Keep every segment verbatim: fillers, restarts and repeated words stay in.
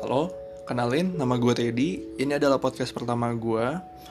Halo, kenalin, nama gue Teddy. Ini adalah podcast pertama gue.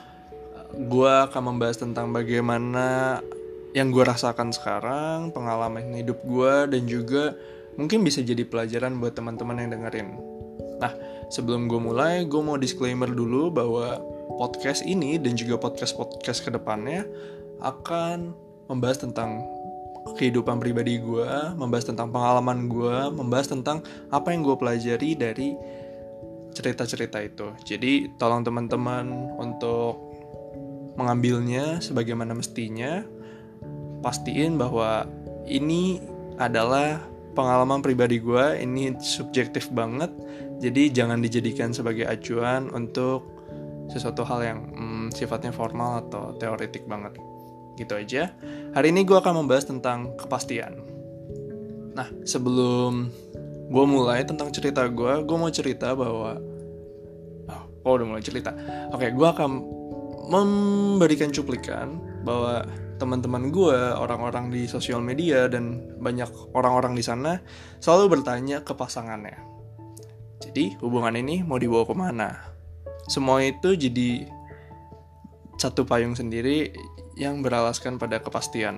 Gue akan membahas tentang bagaimana yang gue rasakan sekarang, pengalaman hidup gue, dan juga mungkin bisa jadi pelajaran buat teman-teman yang dengerin. Nah, sebelum gue mulai, gue mau disclaimer dulu bahwa podcast ini dan juga podcast-podcast kedepannya akan membahas tentang kehidupan pribadi gue, membahas tentang pengalaman gue, membahas tentang apa yang gue pelajari dari cerita-cerita itu. Jadi tolong teman-teman untuk mengambilnya sebagaimana mestinya. Pastiin bahwa ini adalah pengalaman pribadi gue, ini subjektif banget. Jadi jangan dijadikan sebagai acuan untuk sesuatu hal yang hmm, sifatnya formal atau teoretik banget. Gitu aja. Hari ini gue akan membahas tentang kepastian. Nah, sebelum gue mulai tentang cerita gue, gue mau cerita bahwa oh, oh udah mulai cerita. Oke, gue akan memberikan cuplikan bahwa teman-teman gue, orang-orang di sosial media dan banyak orang-orang di sana selalu bertanya ke pasangannya. Jadi hubungan ini mau dibawa kemana? Semua itu jadi satu payung sendiri yang beralaskan pada kepastian.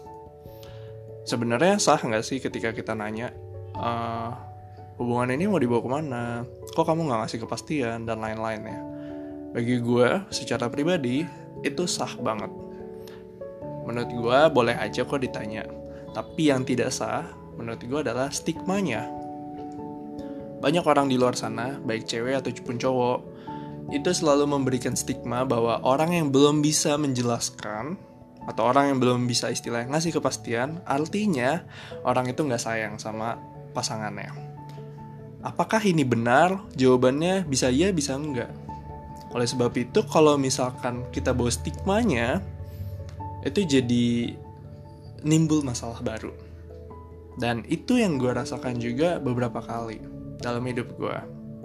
Sebenarnya sah nggak sih ketika kita nanya uh, hubungan ini mau dibawa kemana? Kok kamu nggak ngasih kepastian dan lain-lainnya? Bagi gue, secara pribadi itu sah banget. Menurut gue boleh aja kok ditanya. Tapi yang tidak sah, menurut gue adalah stigmanya. Banyak orang di luar sana, baik cewek ataupun cowok, itu selalu memberikan stigma bahwa orang yang belum bisa menjelaskan atau orang yang belum bisa istilahnya ngasih kepastian, artinya orang itu nggak sayang sama pasangannya. Apakah ini benar? Jawabannya bisa iya, bisa enggak. Oleh sebab itu, kalau misalkan kita bawa stigmanya, itu jadi nimbul masalah baru. Dan itu yang gue rasakan juga beberapa kali dalam hidup gue.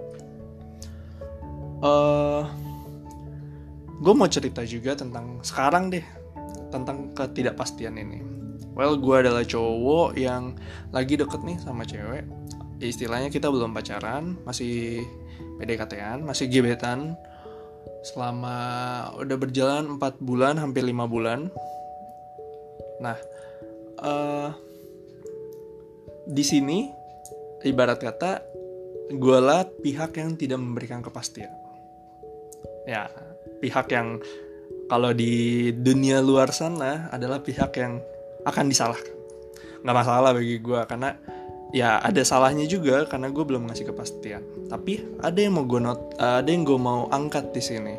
Uh, gue mau cerita juga tentang sekarang deh, tentang ketidakpastian ini. Well, gue adalah cowok yang lagi deket nih sama cewek. Istilahnya kita belum pacaran, masih P D K T-an, masih gebetan. Selama udah berjalan empat bulan, hampir lima bulan. Nah, uh, di sini ibarat kata gue lah pihak yang tidak memberikan kepastian. Ya, pihak yang kalau di dunia luar sana adalah pihak yang akan disalahkan. Nggak masalah bagi gue, karena ya ada salahnya juga karena gue belum ngasih kepastian. Tapi ada yang mau gue not, ada yang gue mau angkat di sini.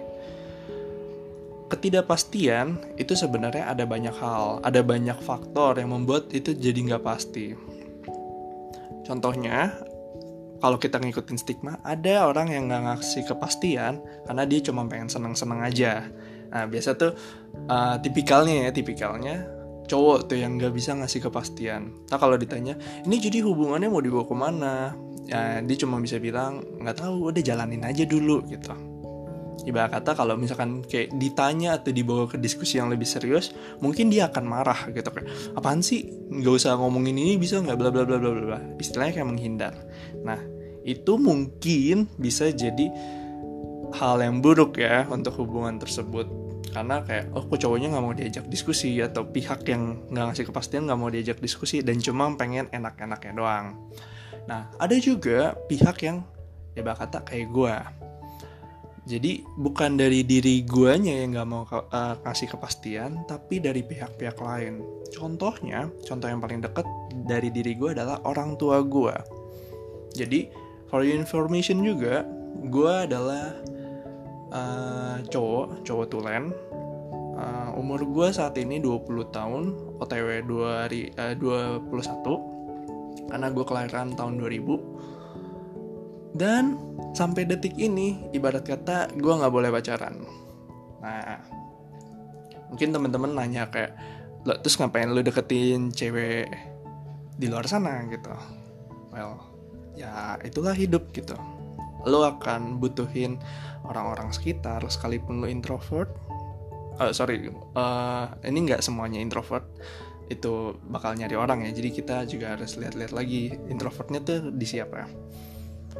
Ketidakpastian itu sebenarnya ada banyak hal, ada banyak faktor yang membuat itu jadi nggak pasti. Contohnya, kalau kita ngikutin stigma, ada orang yang gak ngasih kepastian karena dia cuma pengen seneng-seneng aja. Nah, biasa tuh uh, tipikalnya ya, tipikalnya cowok tuh yang gak bisa ngasih kepastian. Nah, kalau ditanya, ini jadi hubungannya mau dibawa kemana? Ya, dia cuma bisa bilang, gak tahu, udah jalanin aja dulu gitu. Ibarat kata kalau misalkan kayak ditanya atau dibawa ke diskusi yang lebih serius, mungkin dia akan marah gitu, kayak apaan sih, nggak usah ngomongin ini bisa nggak, bla bla bla bla bla, istilahnya kayak menghindar. Nah, itu mungkin bisa jadi hal yang buruk ya untuk hubungan tersebut, karena kayak oh kok cowoknya nggak mau diajak diskusi, atau pihak yang nggak ngasih kepastian nggak mau diajak diskusi dan cuma pengen enak-enaknya doang. Nah, ada juga pihak yang ya bakal kata kayak gue. Jadi bukan dari diri guanya yang gak mau uh, kasih kepastian, tapi dari pihak-pihak lain. Contohnya, contoh yang paling dekat dari diri gue adalah orang tua gue. Jadi, for your information juga, gue adalah uh, cowok, cowok tulen. Uh, umur gue saat ini dua puluh tahun, O T W dua puluh satu, karena gue kelahiran tahun dua ribu. Dan sampai detik ini, ibarat kata gue gak boleh pacaran. Nah, mungkin teman-teman nanya kayak, terus ngapain lu deketin cewek di luar sana gitu? Well, ya itulah hidup gitu. Lu akan butuhin orang-orang sekitar, sekalipun lu introvert. Uh, sorry, uh, ini gak semuanya introvert. Itu bakal nyari orang ya. Jadi kita juga harus lihat-lihat lagi introvertnya tuh di siapa.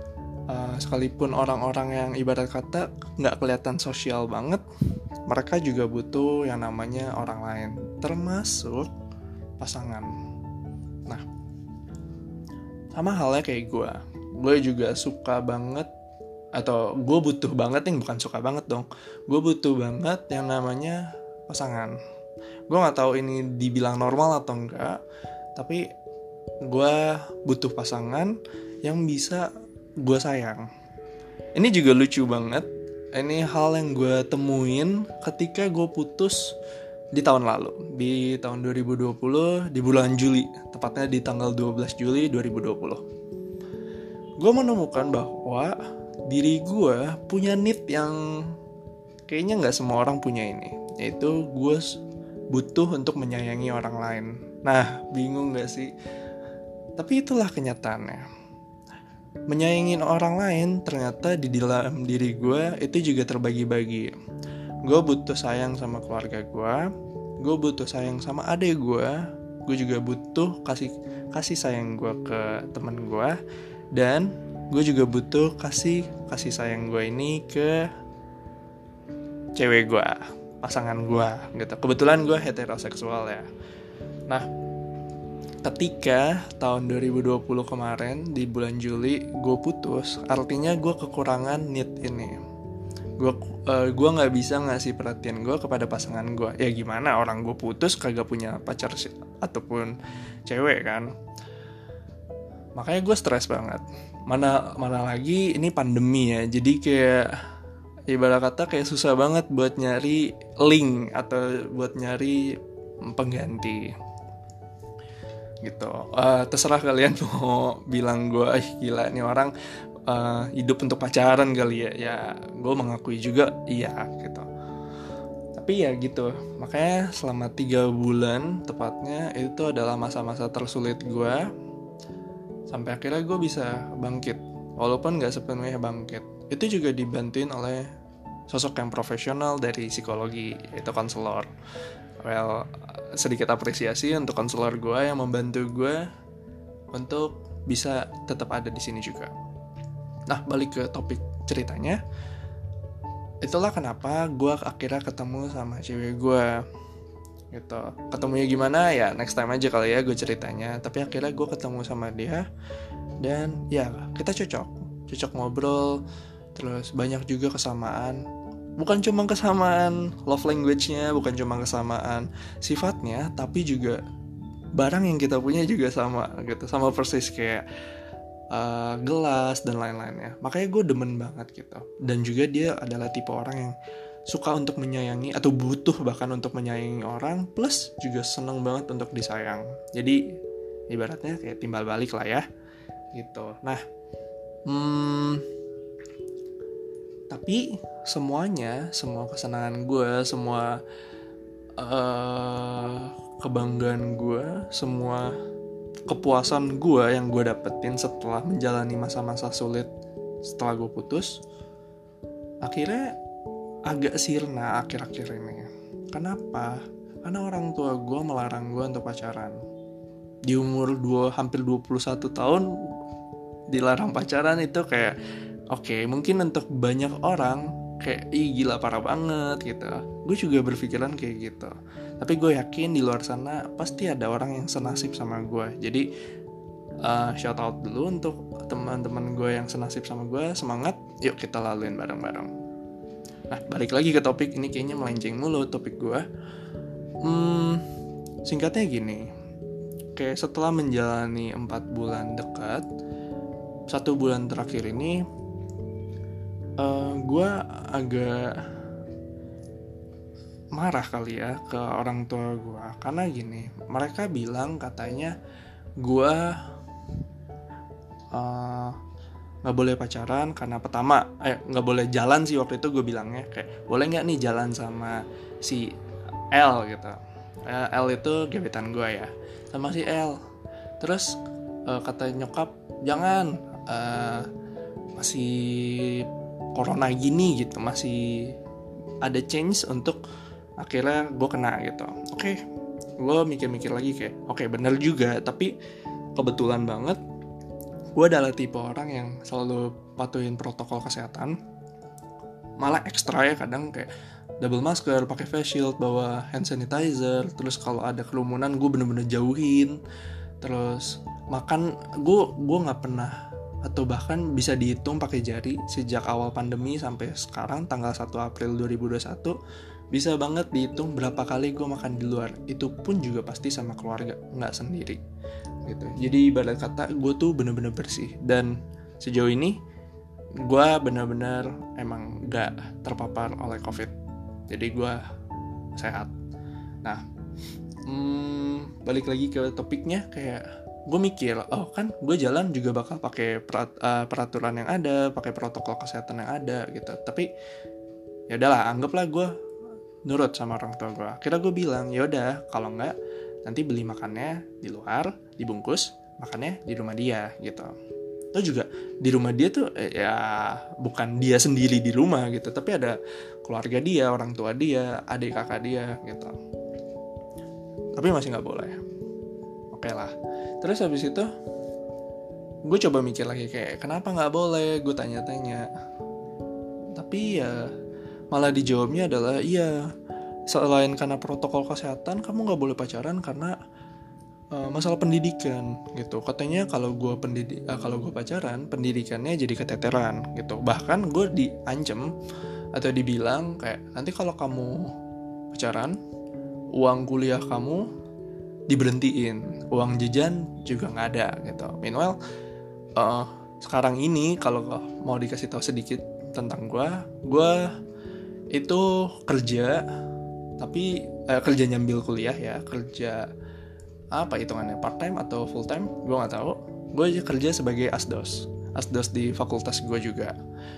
uh, sekalipun orang-orang yang ibarat kata nggak kelihatan sosial banget, mereka juga butuh yang namanya orang lain, termasuk pasangan. Nah, sama halnya kayak gue, gue juga suka banget, atau gue butuh banget nih, bukan suka banget dong, gue butuh banget yang namanya pasangan. Gue nggak tahu ini dibilang normal atau enggak, tapi gue butuh pasangan yang bisa gue sayang. Ini juga lucu banget, ini hal yang gue temuin ketika gue putus di tahun lalu, di tahun dua ribu dua puluh, di bulan Juli, tepatnya di tanggal dua belas Juli dua ribu dua puluh. Gue menemukan bahwa diri gue punya need yang kayaknya gak semua orang punya ini, yaitu gue butuh untuk menyayangi orang lain. Nah, bingung gak sih? Tapi itulah kenyataannya. Menyayangi orang lain ternyata di dalam diri gue itu juga terbagi-bagi. Gue butuh sayang sama keluarga gue, gue butuh sayang sama adik gue, gue juga butuh kasih kasih sayang gue ke teman gue, dan gue juga butuh kasih kasih sayang gue ini ke cewek gue, pasangan gue gitu. Kebetulan gue heteroseksual ya. Nah, ketika tahun dua ribu dua puluh kemarin di bulan Juli gue putus, artinya gue kekurangan need ini. Gue uh, gue nggak bisa ngasih perhatian gue kepada pasangan gue. Ya gimana, orang gue putus kagak punya pacar ataupun cewek kan. Makanya gue stres banget. Mana mana lagi ini pandemi ya. Jadi kayak ibarat kata kayak susah banget buat nyari link atau buat nyari pengganti gitu. Uh, terserah kalian mau bilang gue ih gila nih orang uh, hidup untuk pacaran kali ya. Ya gue mengakui juga iya gitu. Tapi ya gitu. Makanya selama tiga bulan tepatnya itu adalah masa-masa tersulit gue, sampai akhirnya gue bisa bangkit, walaupun gak sepenuhnya bangkit. Itu juga dibantuin oleh sosok yang profesional dari psikologi, yaitu konselor. Well, sedikit apresiasi untuk konselor gue yang membantu gue untuk bisa tetap ada di sini juga. Nah, balik ke topik ceritanya. Itulah kenapa gue akhirnya ketemu sama cewek gue. Gitu. Ketemunya gimana ya next time aja kali ya gue ceritanya. Tapi akhirnya gue ketemu sama dia, dan ya kita cocok cocok ngobrol. Terus banyak juga kesamaan, bukan cuma kesamaan love language-nya, bukan cuma kesamaan sifatnya, tapi juga barang yang kita punya juga sama gitu, sama persis kayak uh, gelas dan lain-lainnya. Makanya gue demen banget gitu. Dan juga dia adalah tipe orang yang suka untuk menyayangi atau butuh bahkan untuk menyayangi orang, plus juga seneng banget untuk disayang. Jadi ibaratnya kayak timbal balik lah ya gitu. Nah, hmm, tapi semuanya, semua kesenangan gue, semua uh, kebanggaan gue, semua kepuasan gue yang gue dapetin setelah menjalani masa-masa sulit setelah gue putus, akhirnya agak sirna akhir-akhir ini. Kenapa? Karena orang tua gue melarang gue untuk pacaran. Di umur dua, hampir dua puluh satu tahun dilarang pacaran itu kayak oke, okay, mungkin untuk banyak orang kayak ih gila parah banget gitu. Gue juga berpikiran kayak gitu. Tapi gue yakin di luar sana pasti ada orang yang senasib sama gue. Jadi uh, shout out dulu untuk teman-teman gue yang senasib sama gue. Semangat, yuk kita laluin bareng-bareng. Nah, balik lagi ke topik ini, kayaknya melenceng mulu topik gue. Hmm, singkatnya gini, kayak setelah menjalani empat bulan dekat, satu bulan terakhir ini, uh, gue agak marah kali ya ke orang tua gue. Karena gini, mereka bilang katanya gue uh, nggak boleh pacaran karena pertama eh nggak boleh jalan sih waktu itu gue bilangnya, kayak boleh nggak nih jalan sama si L gitu. eh, L itu gebetan gue ya, sama si L. Terus eh, kata nyokap jangan, eh, masih corona gini gitu, masih ada chance untuk akhirnya gue kena gitu. Oke, okay. Gue mikir-mikir lagi kayak oke okay, bener juga, tapi kebetulan banget gue adalah tipe orang yang selalu patuhin protokol kesehatan, malah ekstra ya kadang kayak double masker, pakai face shield, bawa hand sanitizer, terus kalau ada kerumunan gue bener-bener jauhin, terus makan gue gue nggak pernah atau bahkan bisa dihitung pakai jari sejak awal pandemi sampai sekarang tanggal satu April dua ribu dua puluh satu bisa banget dihitung berapa kali gue makan di luar, itu pun juga pasti sama keluarga, nggak sendiri gitu. Jadi ibarat kata gue tuh bener-bener bersih, dan sejauh ini gue bener-bener emang nggak terpapar oleh COVID, jadi gue sehat. Nah, hmm, balik lagi ke topiknya, kayak gue mikir, oh kan gue jalan juga bakal pakai perat, uh, peraturan yang ada, pakai protokol kesehatan yang ada gitu. Tapi ya udahlah, anggaplah gue nurut sama orang tua gue. Akhirnya gue bilang, ya udah kalau nggak nanti beli makannya di luar, dibungkus, makannya di rumah dia gitu. Itu juga di rumah dia tuh eh, ya bukan dia sendiri di rumah gitu, tapi ada keluarga dia, orang tua dia, adik kakak dia gitu. Tapi masih nggak boleh. Oke lah. Terus habis itu gue coba mikir lagi kayak kenapa nggak boleh, gue tanya-tanya. Tapi ya malah dijawabnya adalah iya, selain karena protokol kesehatan kamu nggak boleh pacaran karena uh, masalah pendidikan gitu. Katanya kalau gue pendidik uh, kalau gue pacaran pendidikannya jadi keteteran gitu. Bahkan gue diancam atau dibilang kayak nanti kalau kamu pacaran uang kuliah kamu diberhentiin, uang jajan juga nggak ada gitu. Meanwhile uh, sekarang ini kalau mau dikasih tahu sedikit tentang gue, gue itu kerja tapi eh, kerja nyambil kuliah ya, kerja apa hitungannya, part time atau full time gue nggak tahu. Gue kerja sebagai asdos asdos di fakultas gue juga.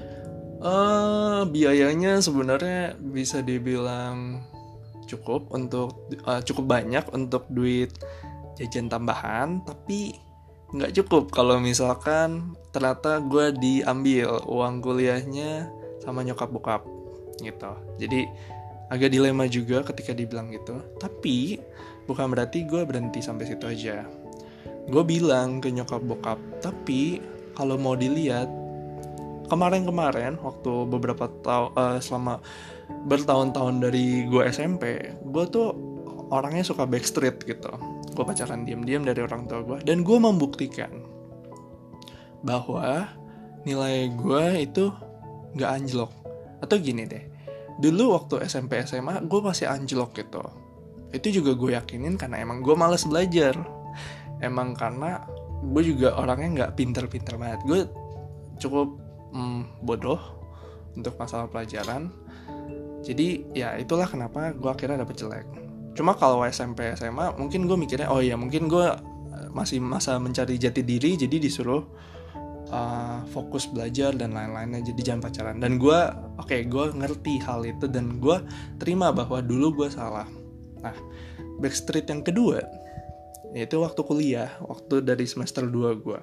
Uh, biayanya sebenarnya bisa dibilang cukup untuk uh, cukup banyak untuk duit jajan tambahan, tapi nggak cukup kalau misalkan ternyata gue diambil uang kuliahnya sama nyokap bokap gitu. Jadi agak dilema juga ketika dibilang gitu. Tapi bukan berarti gue berhenti sampai situ aja. Gue bilang ke nyokap bokap, tapi kalau mau dilihat kemarin-kemarin waktu beberapa tahun uh, selama bertahun-tahun dari gue S M P, gue tuh orangnya suka backstreet gitu. Gue pacaran diam-diam dari orang tua gue, dan gue membuktikan bahwa nilai gue itu gak anjlok. Atau gini deh, dulu waktu S M P S M A gue masih anjlok gitu. Itu juga gue yakinin karena emang gue malas belajar. Emang karena gue juga orangnya gak pinter-pinter banget. Gue cukup mm, bodoh untuk masalah pelajaran. Jadi ya itulah kenapa gue akhirnya dapet jelek. Cuma kalau S M P S M A mungkin gue mikirnya, oh iya mungkin gue masih masa mencari jati diri, jadi disuruh uh, fokus belajar dan lain-lainnya, jadi jangan pacaran. Dan gue oke okay, gue ngerti hal itu dan gue terima bahwa dulu gue salah. Nah, backstreet yang kedua yaitu waktu kuliah, waktu dari semester dua gue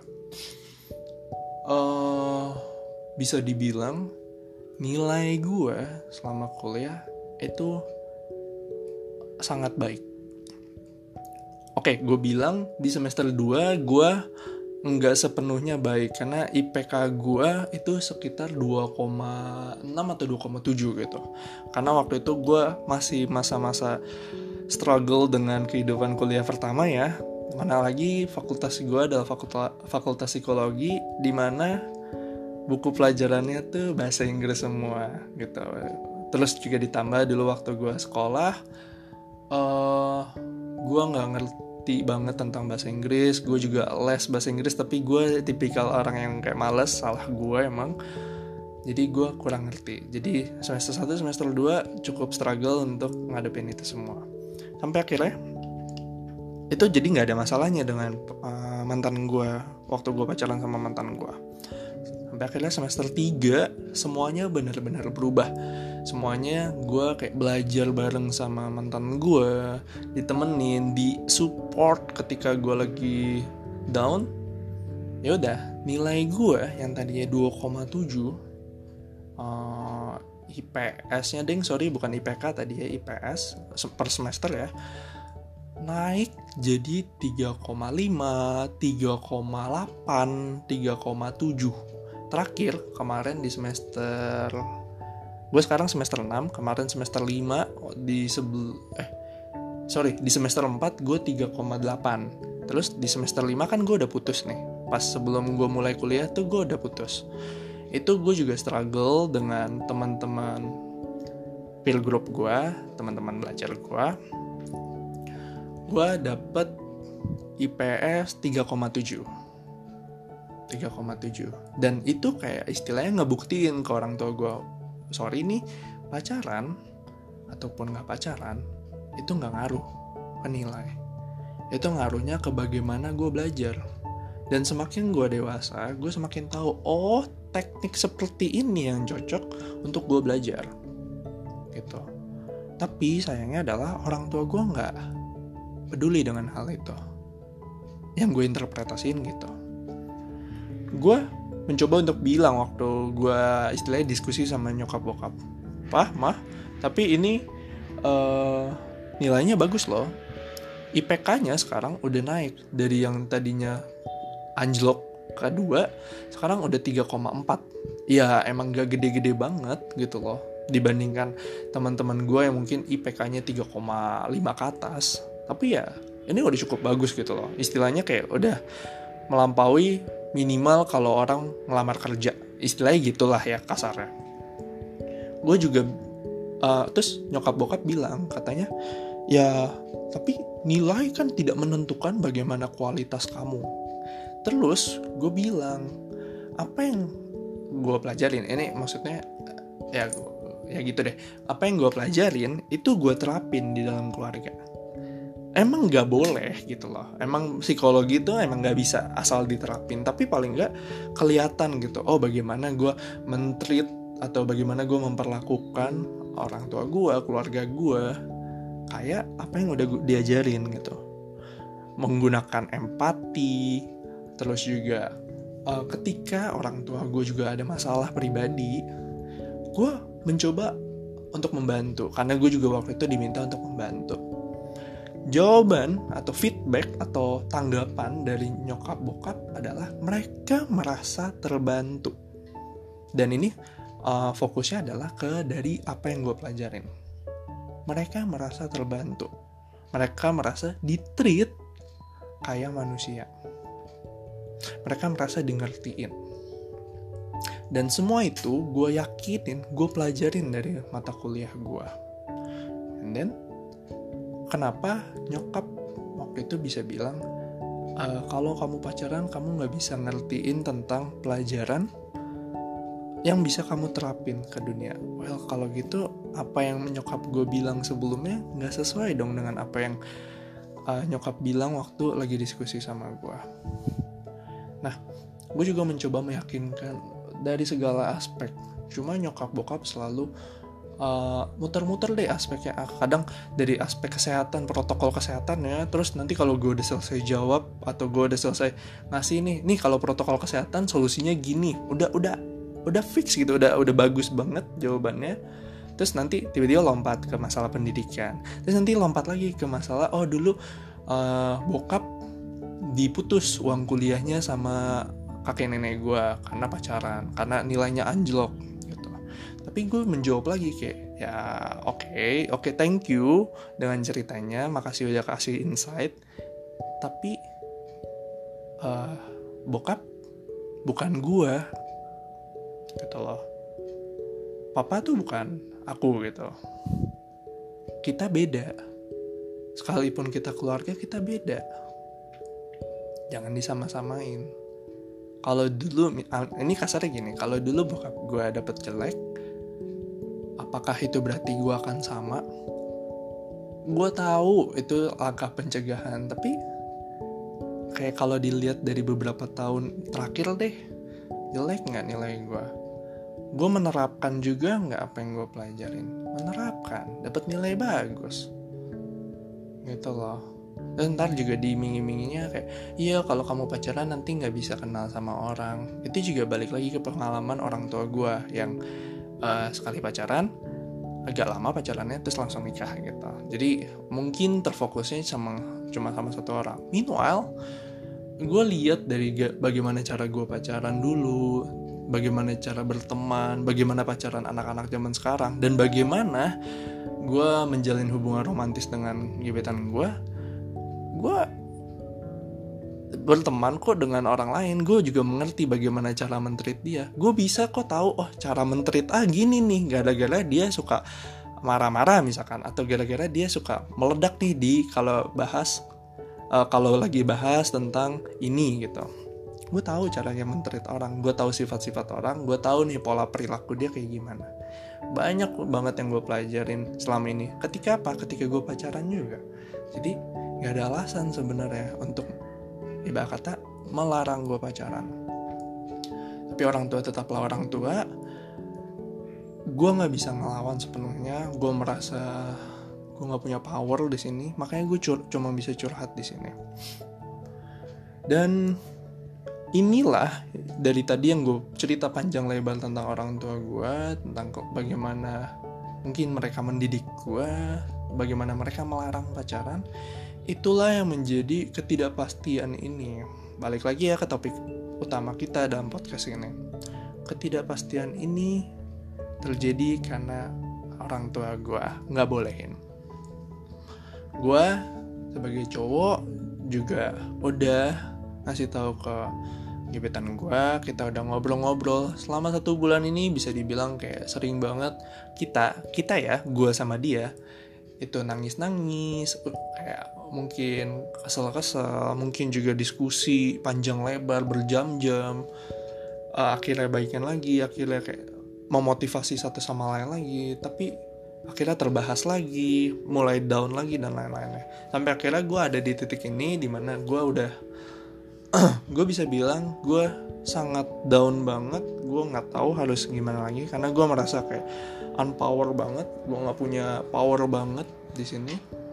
uh, bisa dibilang nilai gue selama kuliah itu sangat baik. Oke, okay, gue bilang di semester dua gue nggak sepenuhnya baik karena I P K gue itu sekitar dua koma enam atau dua koma tujuh gitu. Karena waktu itu gue masih masa-masa struggle dengan kehidupan kuliah pertama ya. Mana lagi fakultas gue adalah fakultas, fakultas psikologi, di mana buku pelajarannya tuh bahasa Inggris semua gitu. Terus juga ditambah dulu waktu gue sekolah, uh, gue nggak ngerti banget tentang bahasa Inggris. Gue juga les bahasa Inggris, tapi gue tipikal orang yang kayak males, salah gue emang. Jadi gue kurang ngerti. Jadi semester satu, semester dua cukup struggle untuk ngadepin itu semua. Sampai akhirnya itu jadi nggak ada masalahnya dengan uh, mantan gue waktu gue pacaran sama mantan gue. Sampai akhirnya semester tiga semuanya benar-benar berubah. Semuanya gue kayak belajar bareng sama mantan gue, ditemenin, di support ketika gue lagi down. Ya udah, nilai gue yang tadinya dua koma tujuh uh, I P S-nya ding, sorry bukan I P K tadi ya, I P S per semester ya. naik jadi tiga koma lima, tiga koma delapan, tiga koma tujuh. Terakhir kemarin di semester, gue sekarang semester enam, kemarin semester lima, di sebel eh sorry di semester empat gue tiga koma delapan. Terus di semester lima kan gue udah putus nih. Pas sebelum gue mulai kuliah tuh gue udah putus. Itu gue juga struggle dengan teman-teman peer group gue, teman-teman belajar gue. Gue dapet I P S tiga koma tujuh. tiga koma tujuh. Dan itu kayak istilahnya ngebuktiin ke orang tua gue, sorry nih, pacaran ataupun gak pacaran itu gak ngaruh ke nilai. Itu ngaruhnya ke bagaimana gue belajar. Dan semakin gue dewasa, gue semakin tahu, oh teknik seperti ini yang cocok untuk gue belajar gitu. Tapi sayangnya adalah orang tua gue gak peduli dengan hal itu yang gue interpretasiin gitu. Gue mencoba untuk bilang waktu gue istilahnya diskusi sama nyokap bokap, Pah, Mah, tapi ini uh, nilainya bagus loh. I P K-nya sekarang udah naik dari yang tadinya anjlok kedua, sekarang udah tiga koma empat. Ya emang gak gede-gede banget gitu loh, dibandingkan teman-teman gue yang mungkin I P K-nya tiga koma lima ke atas. Tapi ya ini udah cukup bagus gitu loh. Istilahnya kayak udah melampaui minimal kalau orang ngelamar kerja. Istilahnya gitulah ya kasarnya. Gue juga uh, terus nyokap bokap bilang katanya, ya tapi nilai kan tidak menentukan bagaimana kualitas kamu. Terus gue bilang, apa yang gue pelajarin, ini maksudnya ya ya gitu deh, apa yang gue pelajarin itu gue terapin di dalam keluarga. Emang gak boleh gitu loh, emang psikologi itu emang gak bisa asal diterapin, tapi paling gak kelihatan gitu, oh bagaimana gue men-treat atau bagaimana gue memperlakukan orang tua gue, keluarga gue, kayak apa yang udah gue diajarin gitu. Menggunakan empati, terus juga uh, ketika orang tua gue juga ada masalah pribadi, gue mencoba untuk membantu, karena gue juga waktu itu diminta untuk membantu. Jawaban atau feedback atau tanggapan dari nyokap bokap adalah mereka merasa terbantu. Dan ini uh, fokusnya adalah ke dari apa yang gue pelajarin. Mereka merasa terbantu. Mereka merasa di-treat kayak manusia. Mereka merasa di ngertiin. Dan semua itu gue yakinin, gue pelajarin dari mata kuliah gue. And then kenapa nyokap waktu itu bisa bilang, e, kalau kamu pacaran kamu gak bisa ngertiin tentang pelajaran yang bisa kamu terapin ke dunia. Well, kalau gitu apa yang nyokap gue bilang sebelumnya gak sesuai dong dengan apa yang uh, nyokap bilang waktu lagi diskusi sama gue. Nah, gue juga mencoba meyakinkan dari segala aspek. Cuma nyokap bokap selalu Uh, muter-muter deh aspeknya, kadang dari aspek kesehatan, protokol kesehatan ya, terus nanti kalau gue udah selesai jawab atau gue udah selesai ngasih nih nih kalau protokol kesehatan solusinya gini, udah udah udah fix gitu, udah udah bagus banget jawabannya, terus nanti tiba-tiba lompat ke masalah pendidikan, terus nanti lompat lagi ke masalah oh dulu uh, bokap diputus uang kuliahnya sama kakek nenek gue karena pacaran, karena nilainya anjlok. Tapi gue menjawab lagi kayak, ya oke, okay, oke okay, thank you dengan ceritanya, makasih udah kasih insight. Tapi uh, bokap bukan gue gitu loh. Papa tuh bukan aku gitu. Kita beda. Sekalipun kita keluarga, kita beda. Jangan disama-samain. Kalau dulu, ini kasarnya gini, kalau dulu bokap gue dapet jelek, apakah itu berarti gue akan sama? Gue tahu itu langkah pencegahan, tapi kayak kalau dilihat dari beberapa tahun terakhir deh, jelek nggak nilai gue? Gue menerapkan juga nggak apa yang gue pelajarin? Menerapkan, dapat nilai bagus, gitu loh. Dan ntar juga diiming-iminginya kayak, iya kalau kamu pacaran nanti nggak bisa kenal sama orang. Itu juga balik lagi ke pengalaman orang tua gue yang Uh, sekali pacaran agak lama pacarannya terus langsung nikah gitu. Jadi mungkin terfokusnya sama cuma sama satu orang. Meanwhile, gue lihat dari ga, bagaimana cara gue pacaran dulu, bagaimana cara berteman, bagaimana pacaran anak-anak zaman sekarang, dan bagaimana gue menjalin hubungan romantis dengan gebetan gue. Gue berteman kok dengan orang lain, gue juga mengerti bagaimana cara men-treat dia. Gue bisa kok tahu, oh cara men-treat ah gini nih, gara-gara dia suka marah-marah misalkan, atau gara-gara dia suka meledak nih di kalau bahas uh, kalau lagi bahas tentang ini gitu. Gue tahu caranya men-treat orang, gue tahu sifat-sifat orang, gue tahu nih pola perilaku dia kayak gimana. Banyak banget yang gue pelajarin selama ini. Ketika apa? Ketika gue pacaran juga. Jadi gak ada alasan sebenarnya untuk ibarat kata melarang gue pacaran. Tapi orang tua tetaplah orang tua. Gue nggak bisa ngelawan sepenuhnya. Gue merasa gue nggak punya power di sini. Makanya gue cur- cuma bisa curhat di sini. Dan inilah dari tadi yang gue cerita panjang lebar tentang orang tua gue, tentang bagaimana mungkin mereka mendidik gue, bagaimana mereka melarang pacaran. Itulah yang menjadi ketidakpastian ini. Balik lagi ya ke topik utama kita dalam podcast ini. Ketidakpastian ini terjadi karena orang tua gue nggak bolehin. Gue sebagai cowok juga udah ngasih tahu ke gebetan gue, kita udah ngobrol-ngobrol selama satu bulan ini, bisa dibilang kayak sering banget kita, kita ya, gue sama dia itu nangis-nangis, kayak mungkin kesel-kesel, mungkin juga diskusi panjang lebar berjam-jam, uh, akhirnya baikan lagi, akhirnya kayak memotivasi satu sama lain lagi, tapi akhirnya terbahas lagi, mulai down lagi dan lain-lainnya, sampai akhirnya gue ada di titik ini dimana gue udah gue bisa bilang gue sangat down banget, gue nggak tahu harus gimana lagi karena gue merasa kayak unpower banget, gue nggak punya power banget di sini,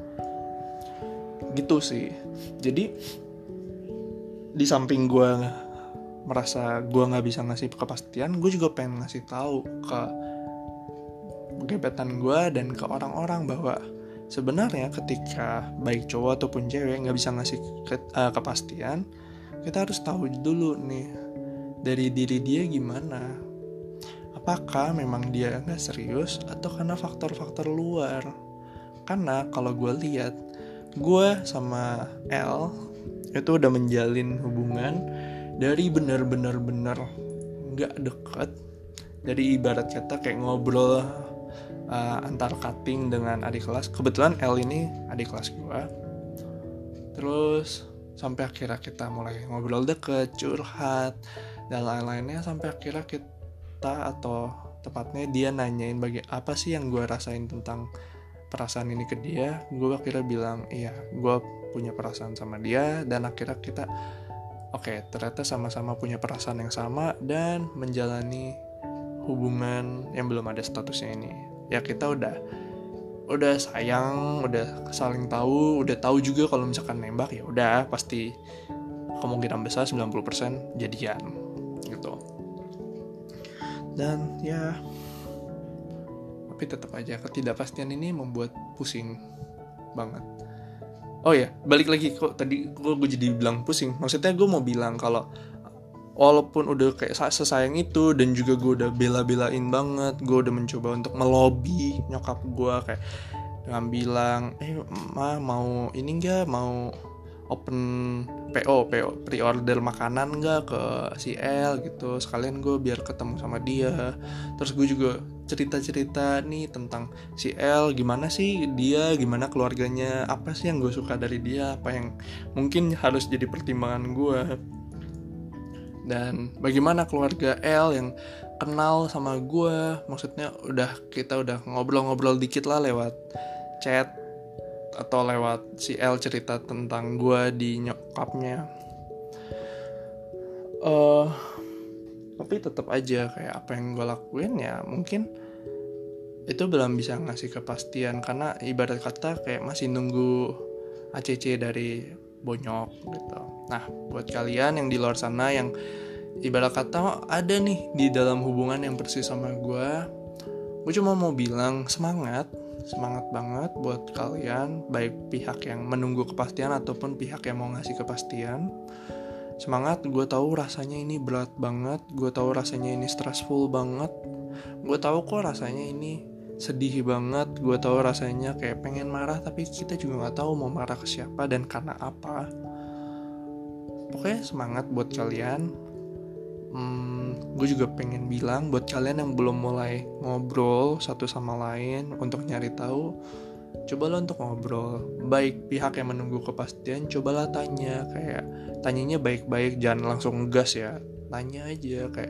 gitu sih. Jadi di samping gue merasa gue nggak bisa ngasih kepastian, gue juga pengen ngasih tahu ke gebetan gue dan ke orang-orang bahwa sebenarnya ketika baik cowok ataupun cewek nggak bisa ngasih ke, uh, kepastian, kita harus tahu dulu nih dari diri dia gimana. Apakah memang dia nggak serius atau karena faktor-faktor luar? Karena kalau gue lihat, gue sama L itu udah menjalin hubungan dari benar-benar benar nggak deket, dari ibarat kata kayak ngobrol uh, antar cutting dengan adik kelas. Kebetulan L ini adik kelas gue. Terus sampai akhirnya kita mulai ngobrol deket, curhat dan lain-lainnya, sampai akhirnya kita atau tepatnya dia nanyain bagi apa sih yang gue rasain tentang perasaan ini ke dia. Gue akhirnya bilang iya, gue punya perasaan sama dia, dan akhirnya kita oke okay, ternyata sama-sama punya perasaan yang sama dan menjalani hubungan yang belum ada statusnya ini. Ya kita udah udah sayang, udah saling tahu, udah tahu juga kalau misalkan nembak ya udah pasti kemungkinan besar sembilan puluh persen jadian gitu. Dan ya, tapi tetap aja ketidakpastian ini membuat pusing banget. Oh ya, balik lagi kok tadi gue, gue jadi bilang pusing. Maksudnya gue mau bilang kalau walaupun udah kayak sesayang itu dan juga gue udah bela-belain banget, gue udah mencoba untuk melobi nyokap gue kayak dengan bilang, eh ma mau ini nggak, mau open P O, P O pre-order makanan nggak ke si L gitu, sekalian gue biar ketemu sama dia. Terus gue juga cerita-cerita nih tentang si L, gimana sih dia, gimana keluarganya, apa sih yang gue suka dari dia, apa yang mungkin harus jadi pertimbangan gue, dan bagaimana keluarga L yang kenal sama gue. Maksudnya udah kita udah ngobrol-ngobrol dikit lah lewat chat atau lewat si L cerita tentang gue di nyokapnya. Uh, tapi tetap aja kayak apa yang gue lakuin ya mungkin itu belum bisa ngasih kepastian, karena ibarat kata kayak masih nunggu A C C dari bonyok gitu. Nah buat kalian yang di luar sana yang ibarat kata ada nih di dalam hubungan yang persis sama gue, gue cuma mau bilang semangat, semangat banget buat kalian, baik pihak yang menunggu kepastian ataupun pihak yang mau ngasih kepastian. Semangat, gue tahu rasanya ini berat banget, gue tahu rasanya ini stressful banget, gue tahu kok rasanya ini sedih banget, gue tahu rasanya kayak pengen marah tapi kita juga nggak tahu mau marah ke siapa dan karena apa. Pokoknya semangat buat kalian. Hmm, gue juga pengen bilang buat kalian yang belum mulai ngobrol satu sama lain untuk nyari tahu, cobalah untuk ngobrol. Baik pihak yang menunggu kepastian, cobalah tanya, kayak tanyanya baik-baik, jangan langsung ngegas ya. Tanya aja kayak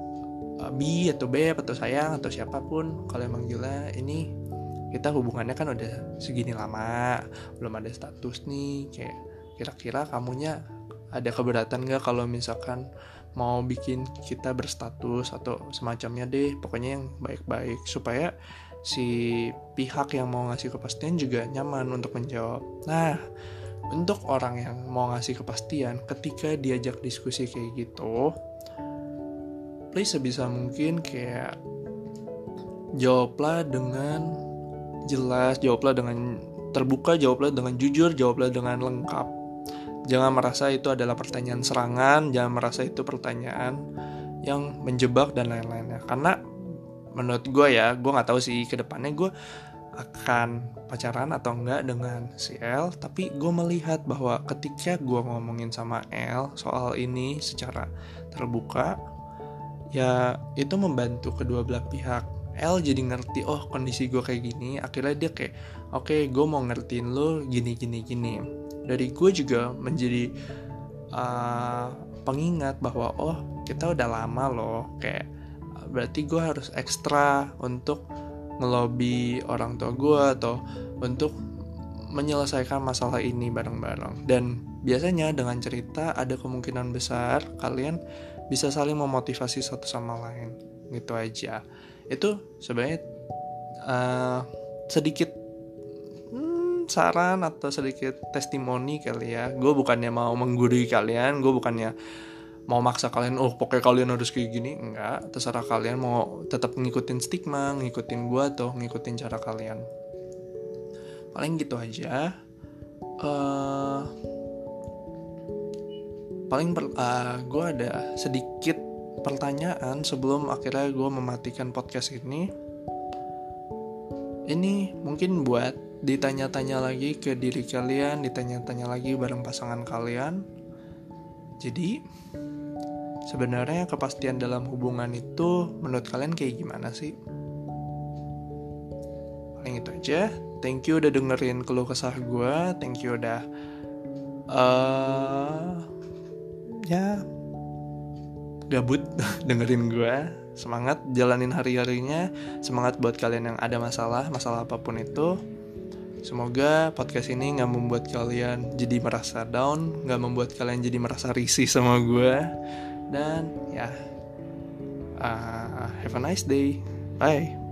Bi atau Beb atau sayang atau siapapun kalau emang gila ini kita hubungannya kan udah segini lama, belum ada status nih, kayak kira-kira kamunya ada keberatan gak kalau misalkan mau bikin kita berstatus atau semacamnya deh, pokoknya yang baik-baik supaya si pihak yang mau ngasih kepastian juga nyaman untuk menjawab. Nah, untuk orang yang mau ngasih kepastian, ketika diajak diskusi kayak gitu, please sebisa mungkin kayak jawablah dengan jelas, jawablah dengan terbuka, jawablah dengan jujur, jawablah dengan lengkap. Jangan merasa itu adalah pertanyaan serangan, jangan merasa itu pertanyaan yang menjebak dan lain-lainnya. Karena menurut gue ya, gue gak tahu sih ke depannya gue akan pacaran atau enggak dengan si L, tapi gue melihat bahwa ketika gue ngomongin sama L soal ini secara terbuka, ya itu membantu kedua belah pihak. L jadi ngerti, oh kondisi gue kayak gini, akhirnya dia kayak, oke okay, gue mau ngertiin lo gini gini gini. Dari gue juga menjadi uh, pengingat bahwa oh kita udah lama loh, kayak berarti gue harus ekstra untuk ngelobi orang tua gue atau untuk menyelesaikan masalah ini bareng-bareng. Dan biasanya dengan cerita ada kemungkinan besar kalian bisa saling memotivasi satu sama lain. Gitu aja. Itu sebenarnya uh, sedikit saran atau sedikit testimoni kali ya. Gue bukannya mau menggurui kalian, gue bukannya mau maksa kalian, oh pokoknya kalian harus kayak gini. Enggak, terserah kalian mau tetap ngikutin stigma, ngikutin gue atau ngikutin cara kalian. Paling gitu aja. uh, Paling per, uh, gue ada sedikit pertanyaan sebelum akhirnya gue mematikan podcast ini. Ini mungkin buat ditanya-tanya lagi ke diri kalian, ditanya-tanya lagi bareng pasangan kalian. Jadi sebenarnya kepastian dalam hubungan itu menurut kalian kayak gimana sih? Paling itu aja. Thank you udah dengerin keluh kesah gue. Thank you udah uh, ya gabut dengerin gue. Semangat jalanin hari-harinya. Semangat buat kalian yang ada masalah, masalah apapun itu. Semoga podcast ini gak membuat kalian jadi merasa down, gak membuat kalian jadi merasa risih sama gue. Dan ya, uh, have a nice day. Bye.